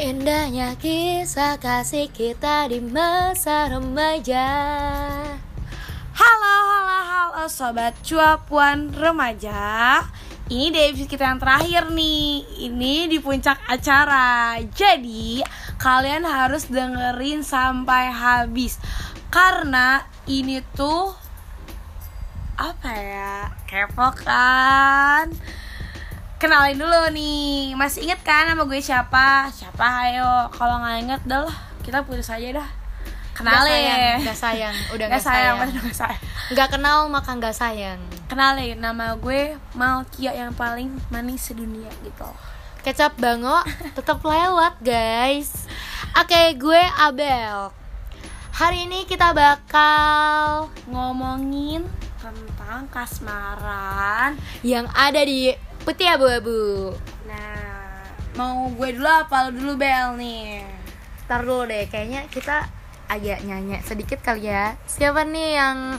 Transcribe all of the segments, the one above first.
Indahnya kisah kasih kita di masa remaja. Halo sobat cuapuan remaja. Ini di episode kita yang terakhir nih. Ini di puncak acara. Jadi kalian harus dengerin sampai habis, karena ini tuh apa ya, kepo kan. Kenalin dulu nih, masih inget kan sama gue siapa? Ayo, kalau nggak inget dah lah, kita putus aja dah. Kenalin. Gak sayang, udah Gak gak sayang. sayang. Gak kenal maka gak sayang. Kenalin, nama gue Malkia yang paling manis sedunia gitu. Kecap bango tetap lewat guys. Oke, gue Abel. Hari ini kita bakal Ngomongin tentang kasmaran yang ada di Putih Abu-Abu. Nah, mau gue dulu apa lu dulu, Bel nih? Ntar dulu deh, kayaknya kita agak nyanyi sedikit kali ya. Siapa nih yang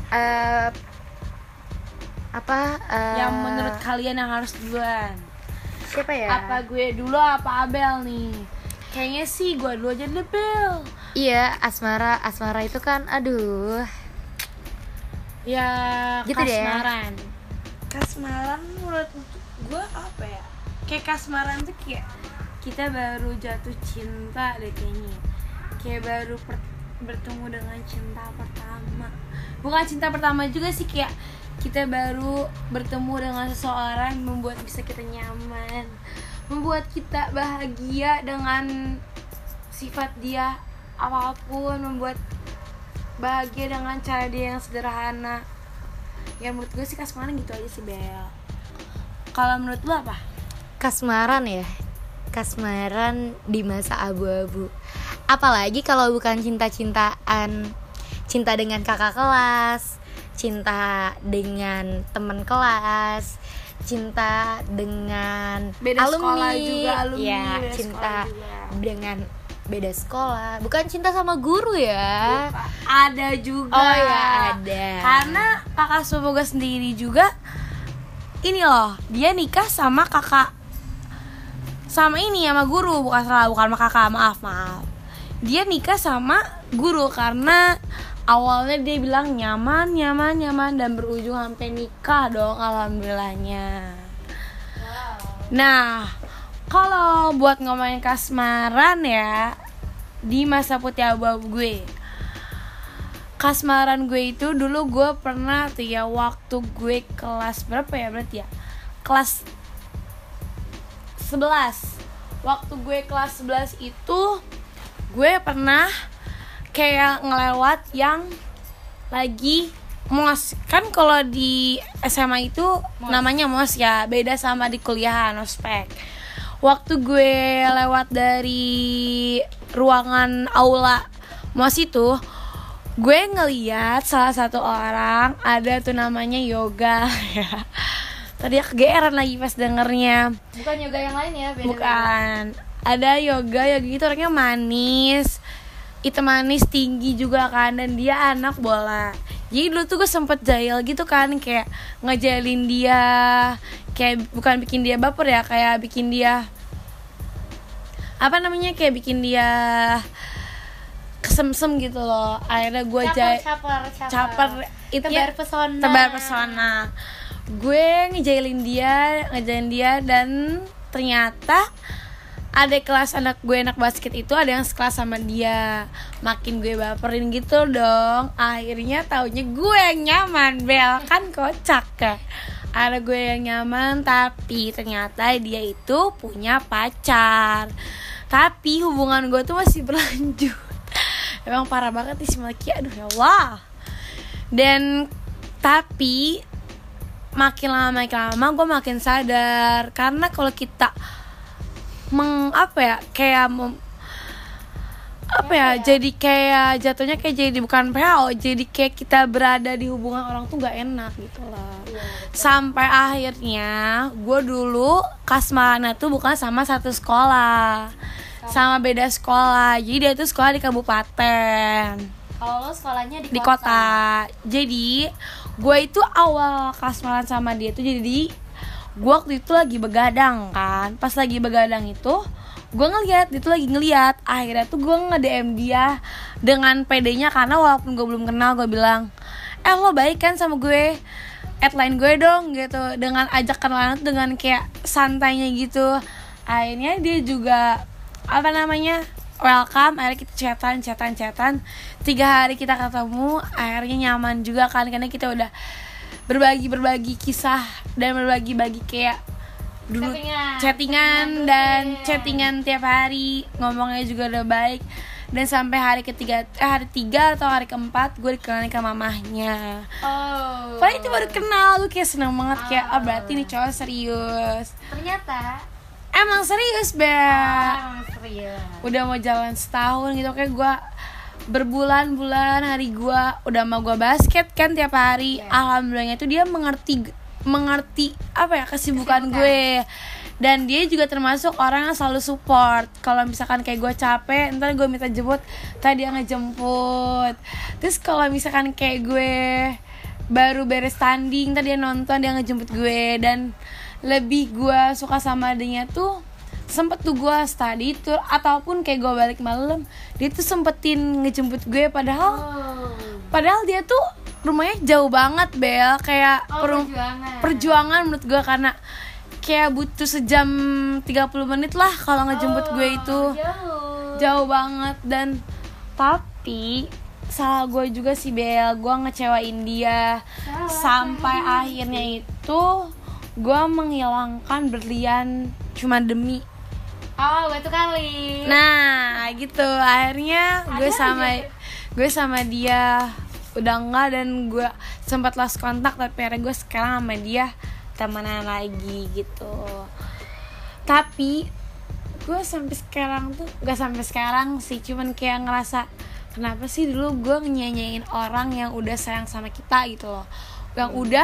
Yang menurut kalian yang harus duluan? siapa ya? Apa gue dulu apa Abel nih? Kayaknya sih gue dulu aja deh, Bel. Iya, Asmara itu kan aduh. Ya, Gitu deh. Kasmaran menurut gue apa ya? Kayak kasmaran tuh kayak kita baru jatuh cinta deh kayaknya. Kayak baru bertemu dengan cinta pertama. Bukan cinta pertama juga sih, kayak kita baru bertemu dengan seseorang yang membuat bisa kita nyaman, membuat kita bahagia dengan sifat dia apapun, membuat bahagia dengan cara dia yang sederhana. Ya menurut gue sih kasmaran gitu aja sih, Bel. Kalau menurut lu apa? Kasmaran ya. Kasmaran di masa abu-abu. Apalagi kalau bukan cinta-cintaan, cinta dengan kakak kelas, cinta dengan teman kelas, cinta dengan Beda alumni. sekolah juga, alumni. Ya, Beda cinta sekolah juga. dengan beda sekolah. Bukan cinta sama guru ya. Ada juga. Oh ya, ada. Karena kakak sepupu gue sendiri juga ini loh, dia nikah sama kakak, sama guru, bukan sama kakak, maaf. Dia nikah sama guru karena awalnya dia bilang nyaman dan berujung sampai nikah dong, alhamdulillahnya. Nah, kalau buat ngomongin kasmaran ya, di masa putih abu-abu gue, kasmaran gue itu dulu gue pernah tuh ya, waktu gue kelas berapa ya, berarti ya kelas 11. Waktu gue kelas 11 itu gue pernah kayak ngelewat yang lagi MOS. Kan kalau di SMA itu namanya MOS ya, beda sama di kuliahan, ospek. Waktu gue lewat dari ruangan aula MOS itu, gue ngeliat salah satu orang, ada tuh namanya Yoga ya. Tadi kegeeran lagi pas dengernya. Bukan yoga yang lain ya, beda. Bukan. Ada Yoga gitu, orangnya manis, itu manis, tinggi juga kan, dan dia anak bola. Jadi dulu tuh gue sempet jahil gitu kan, kayak ngejailin dia, kayak bukan bikin dia baper ya, kayak bikin dia kayak bikin dia kesemsem gitu loh. Akhirnya gue caper itu tebar pesona. Gue ngejailin dia dan ternyata adik kelas anak gue, anak basket itu ada yang sekelas sama dia. Makin gue baperin gitu dong. Akhirnya taunya gue yang nyaman, Bel. Kan kocak kan. Ada gue yang nyaman, tapi ternyata dia itu punya pacar. Tapi hubungan gue tuh masih berlanjut. Emang parah banget nih si Malkia, aduh ya Allah. Dan tapi makin lama gue makin sadar, karena kalau kita jadi kayak jatuhnya kayak jadi bukan PHO, jadi kayak kita berada di hubungan orang tuh gak enak gitu loh. Sampai akhirnya gue dulu kasmarannya tuh bukan sama satu sekolah, sama beda sekolah. Jadi dia tuh sekolah di kabupaten, kalau lo sekolahnya di kota. Jadi gue itu awal kasmaran sama dia tuh, jadi gue waktu itu lagi begadang kan. Pas lagi begadang itu gue ngeliat dia tuh lagi ngeliat. Akhirnya tuh gue nge-DM dia dengan pedenya, karena walaupun gue belum kenal, gue bilang, lo baik kan sama gue, add line gue dong gitu, dengan ajak kenalan tuh dengan kayak santainya gitu. Akhirnya dia juga apa namanya welcome. Akhirnya kita chatan 3 hari kita ketemu. Akhirnya nyaman juga kan, karena kita udah berbagi kisah dan berbagi kayak dulu chattingan dan chattingan tiap hari, ngomongnya juga udah baik. Dan sampai hari 3 atau hari keempat gue dikenalin ke mamahnya. Padahal itu baru kenal, gue kayak seneng banget, kayak berarti nih cowok serius. Ternyata emang serius, Bel. emang serius. Udah mau jalan setahun gitu, kayak gue berbulan-bulan hari gue udah mau gue basket kan tiap hari. Alhamdulillahnya tuh dia mengerti apa ya kesibukan gue, dan dia juga termasuk orang yang selalu support. Kalau misalkan kayak gue capek, ntar gue minta jemput, tadi dia ngejemput. Terus kalau misalkan kayak gue baru beres tanding, tadi dia nonton, dia ngejemput gue. Dan lebih gue suka sama adanya tuh, sempet tuh gue study tour ataupun kayak gue balik malam, dia tuh sempetin ngejemput gue. Padahal dia tuh rumahnya jauh banget, Bel. Kayak perjuangan menurut gue, karena kayak butuh sejam 30 menit lah kalau ngejemput gue itu. Jauh banget. Dan tapi salah gue juga sih, Bel, gue ngecewain dia. Sampai akhirnya itu gue menghilangkan berlian cuma demi batu kali. Nah gitu, akhirnya gue sama dia udah enggak, dan gue sempat lost kontak. Tapi akhirnya gue sekarang sama dia temenan lagi gitu. Tapi gue sampai sekarang tuh, gak sampai sekarang sih, cuman kayak ngerasa kenapa sih dulu gue nyanyain orang yang udah sayang sama kita gitu loh, yang udah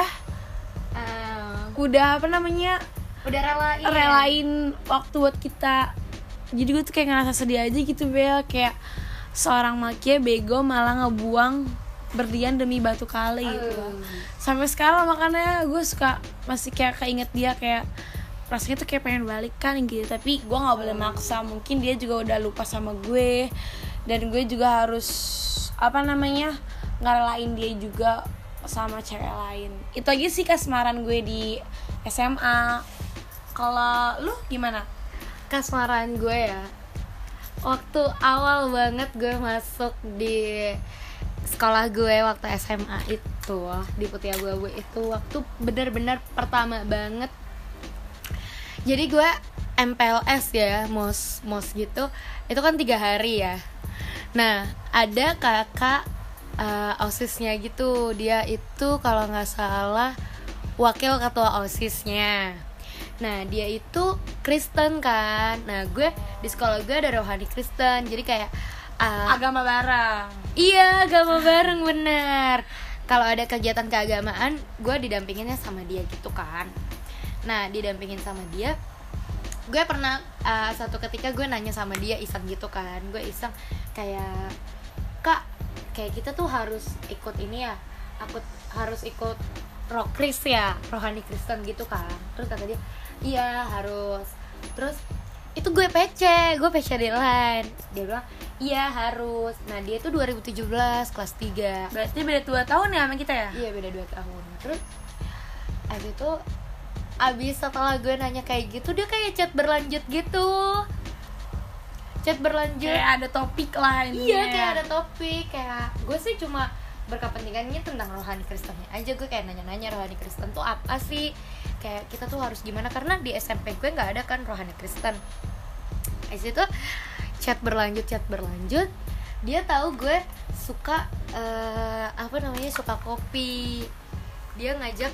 apa namanya, udah relain waktu buat kita. Jadi gue tuh kayak ngerasa sedih aja gitu, Bel. Kayak seorang makia bego malah ngebuang berlian demi batu kali gitu. Sampai sekarang makanya gue suka masih kayak keinget dia, kayak rasanya tuh kayak pengen balikan gitu. Tapi gue nggak boleh maksa, mungkin dia juga udah lupa sama gue, dan gue juga harus apa namanya ngerelain dia juga sama cewek lain. Itu aja sih kasmaran gue di SMA. Kalau lu gimana? Kasmaran gue ya, waktu awal banget gue masuk di sekolah gue waktu SMA itu, di Putih Abu-Abu itu, waktu bener-bener pertama banget. Jadi gue MPLS ya, mos gitu, itu kan 3 hari ya. Nah ada kakak OSISnya gitu, dia itu kalau nggak salah wakil ketua OSISnya. Nah dia itu Kristen kan. Nah gue di sekolah gue ada rohani Kristen, jadi kayak agama bareng. Iya, agama bareng, bener. Kalau ada kegiatan keagamaan, gue didampinginnya sama dia gitu kan. Nah didampingin sama dia, gue pernah satu ketika gue nanya sama dia, iseng gitu kan. Gue iseng kayak, Kak, kayak kita tuh harus ikut ini ya, aku harus ikut rockris ya, rohani Kristen gitu kan. Terus kata dia, iya harus. Terus itu gue PC di line. Dia bilang, iya harus. Nah dia tuh 2017 kelas 3. Berarti beda 2 tahun ya sama kita ya? Iya beda 2 tahun. Terus abis itu, setelah gue nanya kayak gitu, dia kayak chat berlanjut gitu. Kayak ada topik lah ini. Iya kayak ada topik. Kayak gue sih cuma berkepentingannya tentang rohani Kristennya aja. Gue kayak nanya-nanya rohani Kristen tuh apa sih, kayak kita tuh harus gimana, karena di SMP gue nggak ada kan rohani Kristen. Di situ chat berlanjut. Dia tahu gue suka suka kopi. Dia ngajak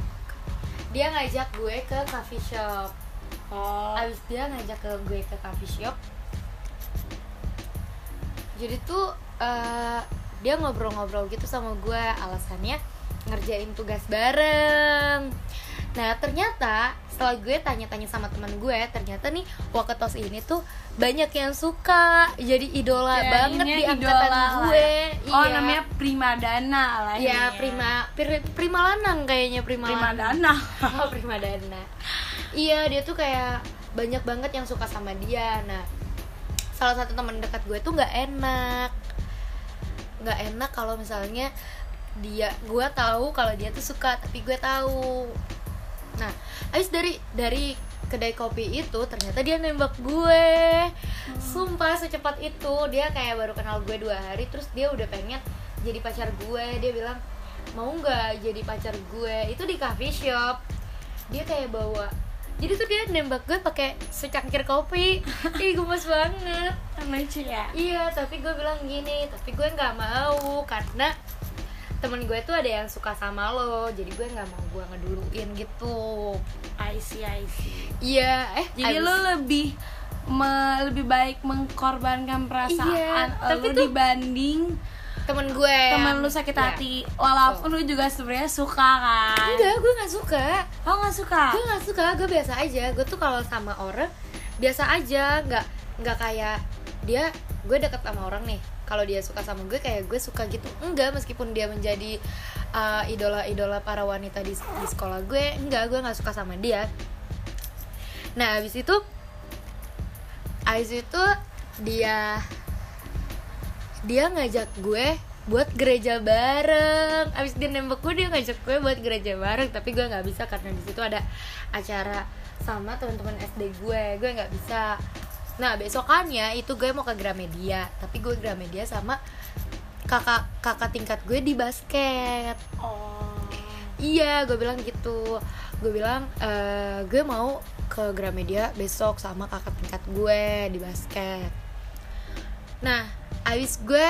gue ke coffee shop. Abis dia ngajak gue ke coffee shop, jadi tuh dia ngobrol-ngobrol gitu sama gue, alasannya ngerjain tugas bareng. Nah ternyata setelah gue tanya-tanya sama teman gue, ternyata nih Waketos ini tuh banyak yang suka, jadi idola banget di angkatan gue. Oh iya. Namanya primadana lah ya. Iya prima lanang kayaknya, prima dana. Oh primadana. Iya dia tuh kayak banyak banget yang suka sama dia. Nah, salah satu teman dekat gue tuh nggak enak kalau misalnya gue tahu kalau dia tuh suka tapi gue tahu. Nah, abis dari kedai kopi itu ternyata dia nembak gue. Sumpah secepat itu. Dia kayak baru kenal gue 2 hari terus dia udah pengen jadi pacar gue. Dia bilang mau nggak jadi pacar gue, itu di coffee shop. Dia kayak bawa, jadi tuh dia nembak gue pakai secangkir kopi. Ih, gemes banget. Lucu ya. Iya, tapi gue bilang gini, tapi gue nggak mau karena temen gue tuh ada yang suka sama lo, jadi gue nggak mau gue ngeduluin gitu. I see. Iya, Jadi lo lebih baik mengkorbankan perasaan tapi lo tuh dibanding temen gue temen lu sakit hati, walaupun lu juga sebenarnya suka kan? Enggak, gue nggak suka. Oh, nggak suka? Gue nggak suka, gue biasa aja. Gue tuh kalau sama orang biasa aja, nggak kayak dia. Gue deket sama orang nih, kalau dia suka sama gue kayak gue suka gitu. Enggak, meskipun dia menjadi idola para wanita di sekolah gue, gue nggak suka sama dia. Nah, abis itu dia ngajak gue buat gereja bareng. Abis dia nembak gue, dia ngajak gue buat gereja bareng, tapi gue nggak bisa karena di situ ada acara sama teman-teman SD gue nggak bisa. Nah, besokannya itu gue mau ke Gramedia, tapi gue Gramedia sama kakak tingkat gue di basket. Oh. Iya, gue bilang gitu. Gue bilang gue mau ke Gramedia besok sama kakak tingkat gue di basket. Nah, abis gue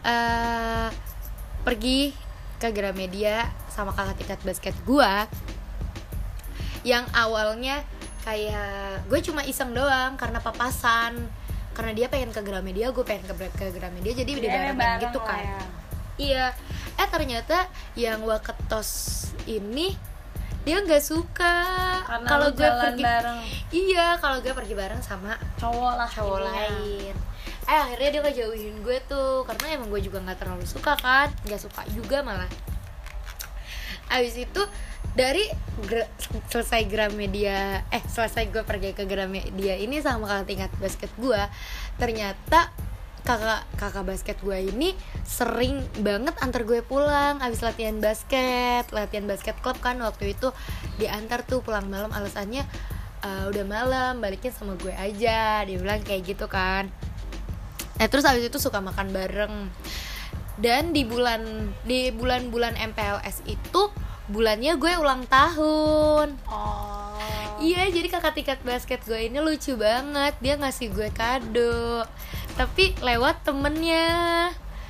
pergi ke Gramedia sama kakak tingkat basket gue, yang awalnya kayak gue cuma iseng doang karena papasan, karena dia pengen ke Gramedia, gue pengen ke Gramedia, jadi udah bareng gitu kan ya. Iya, ternyata yang waketos ini dia nggak suka kalau gue pergi bareng. Iya, kalau gue pergi bareng sama cowok lain. Akhirnya dia ngejauhin gue tuh karena emang gue juga nggak terlalu suka kan, nggak suka juga malah. Abis itu selesai gue pergi ke Gramedia ini sama kakak tingkat basket gue, ternyata kakak basket gue ini sering banget antar gue pulang abis latihan basket klub kan. Waktu itu diantar tuh pulang malam, alasannya udah malam, balikin sama gue aja, dia bilang kayak gitu kan. Terus abis itu suka makan bareng. Dan di bulan-bulan MPLS itu bulannya gue ulang tahun. Oh. Iya, jadi kakak tingkat basket gue ini lucu banget. Dia ngasih gue kado, tapi lewat temennya.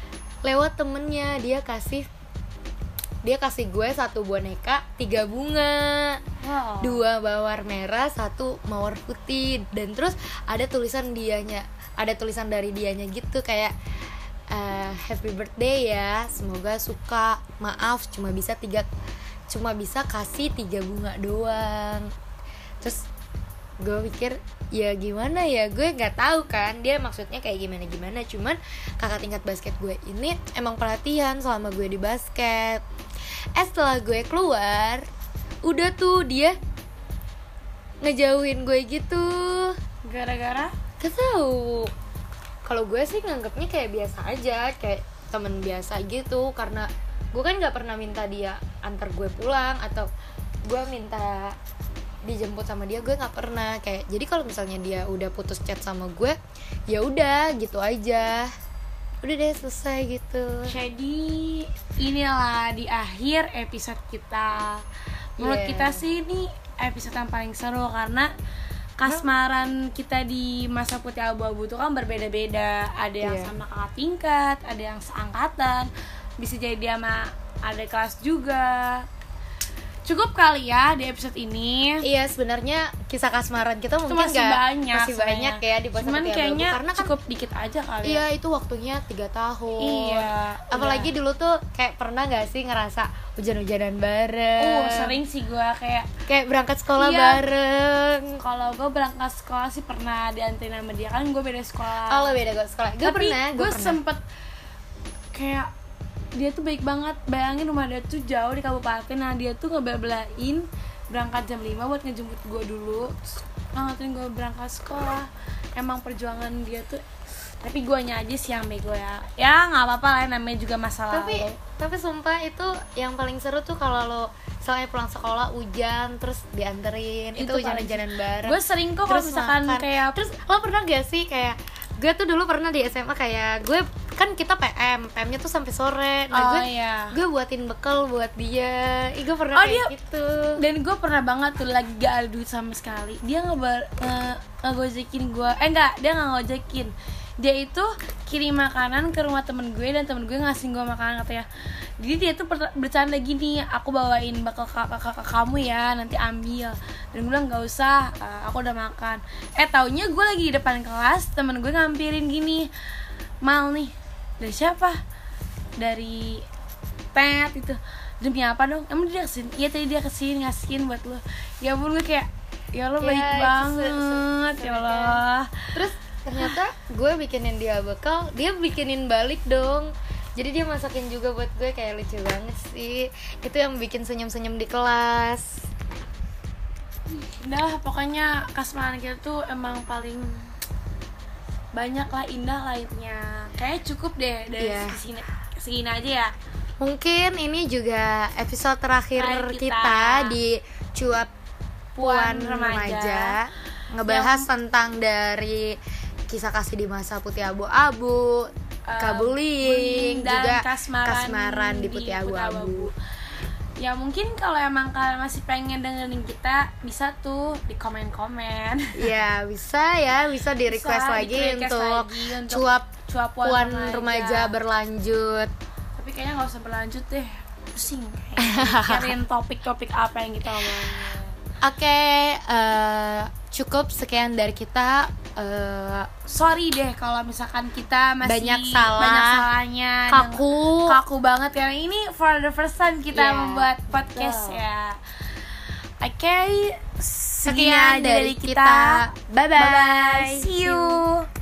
Dia kasih gue 1 boneka, 3 bunga. Wow. 2 mawar merah, 1 mawar putih. Dan terus ada tulisan dari dianya gitu kayak happy birthday ya, semoga suka, maaf cuma bisa kasih 3 bunga doang. Terus gue pikir ya gimana ya, gue nggak tahu kan dia maksudnya kayak gimana. Cuman kakak tingkat basket gue ini emang perhatian selama gue di basket. Setelah gue keluar, udah tuh dia ngejauhin gue gitu. Gara-gara? Gak tahu. Kalau gue sih nganggapnya kayak biasa aja, kayak temen biasa gitu. Karena gue kan nggak pernah minta dia antar gue pulang atau gue minta dijemput sama dia, gue nggak pernah kayak. Jadi kalau misalnya dia udah putus chat sama gue, ya udah gitu aja, udah deh selesai gitu. Jadi inilah di akhir episode kita. Menurut kita sih ini episode yang paling seru karena kasmaran kita di masa putih abu-abu itu kan berbeda-beda. Ada yang sama kakak tingkat, ada yang seangkatan, bisa jadi dia sama adik kelas juga. Cukup kali ya di episode ini. Iya, sebenarnya kisah kasmaran kita mungkin masih banyak ya di masa cuman putih kayaknya abu-abu, karena kan cukup dikit aja kali. Iya, itu waktunya 3 tahun. Iya. Apalagi dulu tuh kayak pernah gak sih ngerasa hujan-hujanan bareng? Sering sih gue kayak berangkat sekolah bareng. Kalau gue berangkat sekolah sih pernah dianterin sama dia, kan gue beda sekolah. Oh, lo beda sekolah. Gue sempet kayak dia tuh baik banget. Bayangin rumah dia tuh jauh di kabupaten, nah dia tuh ngebela-belain berangkat jam 5 buat ngejemput gue dulu, terus nganterin gue berangkat sekolah. Emang perjuangan dia tuh, tapi guanya aja sih yang bego ya nggak apa-apa lah, namanya juga masalah. Tapi sumpah itu yang paling seru tuh kalau lo soalnya pulang sekolah hujan terus dianterin, itu hujan-hujanan bareng. Gue sering kok kalau misalkan makan. kayak, terus lo pernah gak sih kayak gue tuh dulu pernah di SMA kayak gue kan kita PM-nya tuh sampai sore. Nah, gue buatin bekal buat dia. Gue pernah kayak gitu. Dan gue pernah banget tuh lagi gak ada duit sama sekali, dia ngegojekin gue. Dia nggak ngojekin. Dia itu kirim makanan ke rumah temen gue dan temen gue ngasih gue makanan katanya. Jadi dia tuh bercanda gini, aku bawain bakal kakak kamu ya, nanti ambil. Dan gue bilang nggak usah, aku udah makan. Taunya gue lagi di depan kelas, temen gue ngampirin gini, Mal nih, dari siapa? Dari Pet itu. Demi apa dong? Emang dia kesini? Iya tadi dia kesini ngasihin buat lo. Ya ampun, gue kayak ya Allah baik banget, ya Allah. Terus ternyata gue bikinin dia bekal, dia bikinin balik dong. Jadi dia masakin juga buat gue, kayak lucu banget sih. Itu yang bikin senyum-senyum di kelas. Udah, pokoknya kasmaran kita tuh emang paling banyak lah, indah lainnya. Kayaknya cukup deh dari segini aja ya. Mungkin ini juga episode terakhir kita di Cuap Puan Remaja. Ngebahas tentang dari kisah kasih di masa putih abu-abu, bullying, juga kasmaran di putih abu-abu. Ya mungkin kalau emang kalian masih pengen dengerin kita, bisa tuh di komen-komen. Ya bisa di request lagi untuk Cuap Puan Remaja berlanjut. Tapi kayaknya nggak usah berlanjut deh, pusing. Mikirin topik-topik apa yang kita omongin. Oke, cukup sekian dari kita. Sorry deh kalau misalkan kita masih banyak salahnya, kaku banget karena ini for the first time kita membuat podcast ya. Oke, sekian dari kita. Bye bye. See you.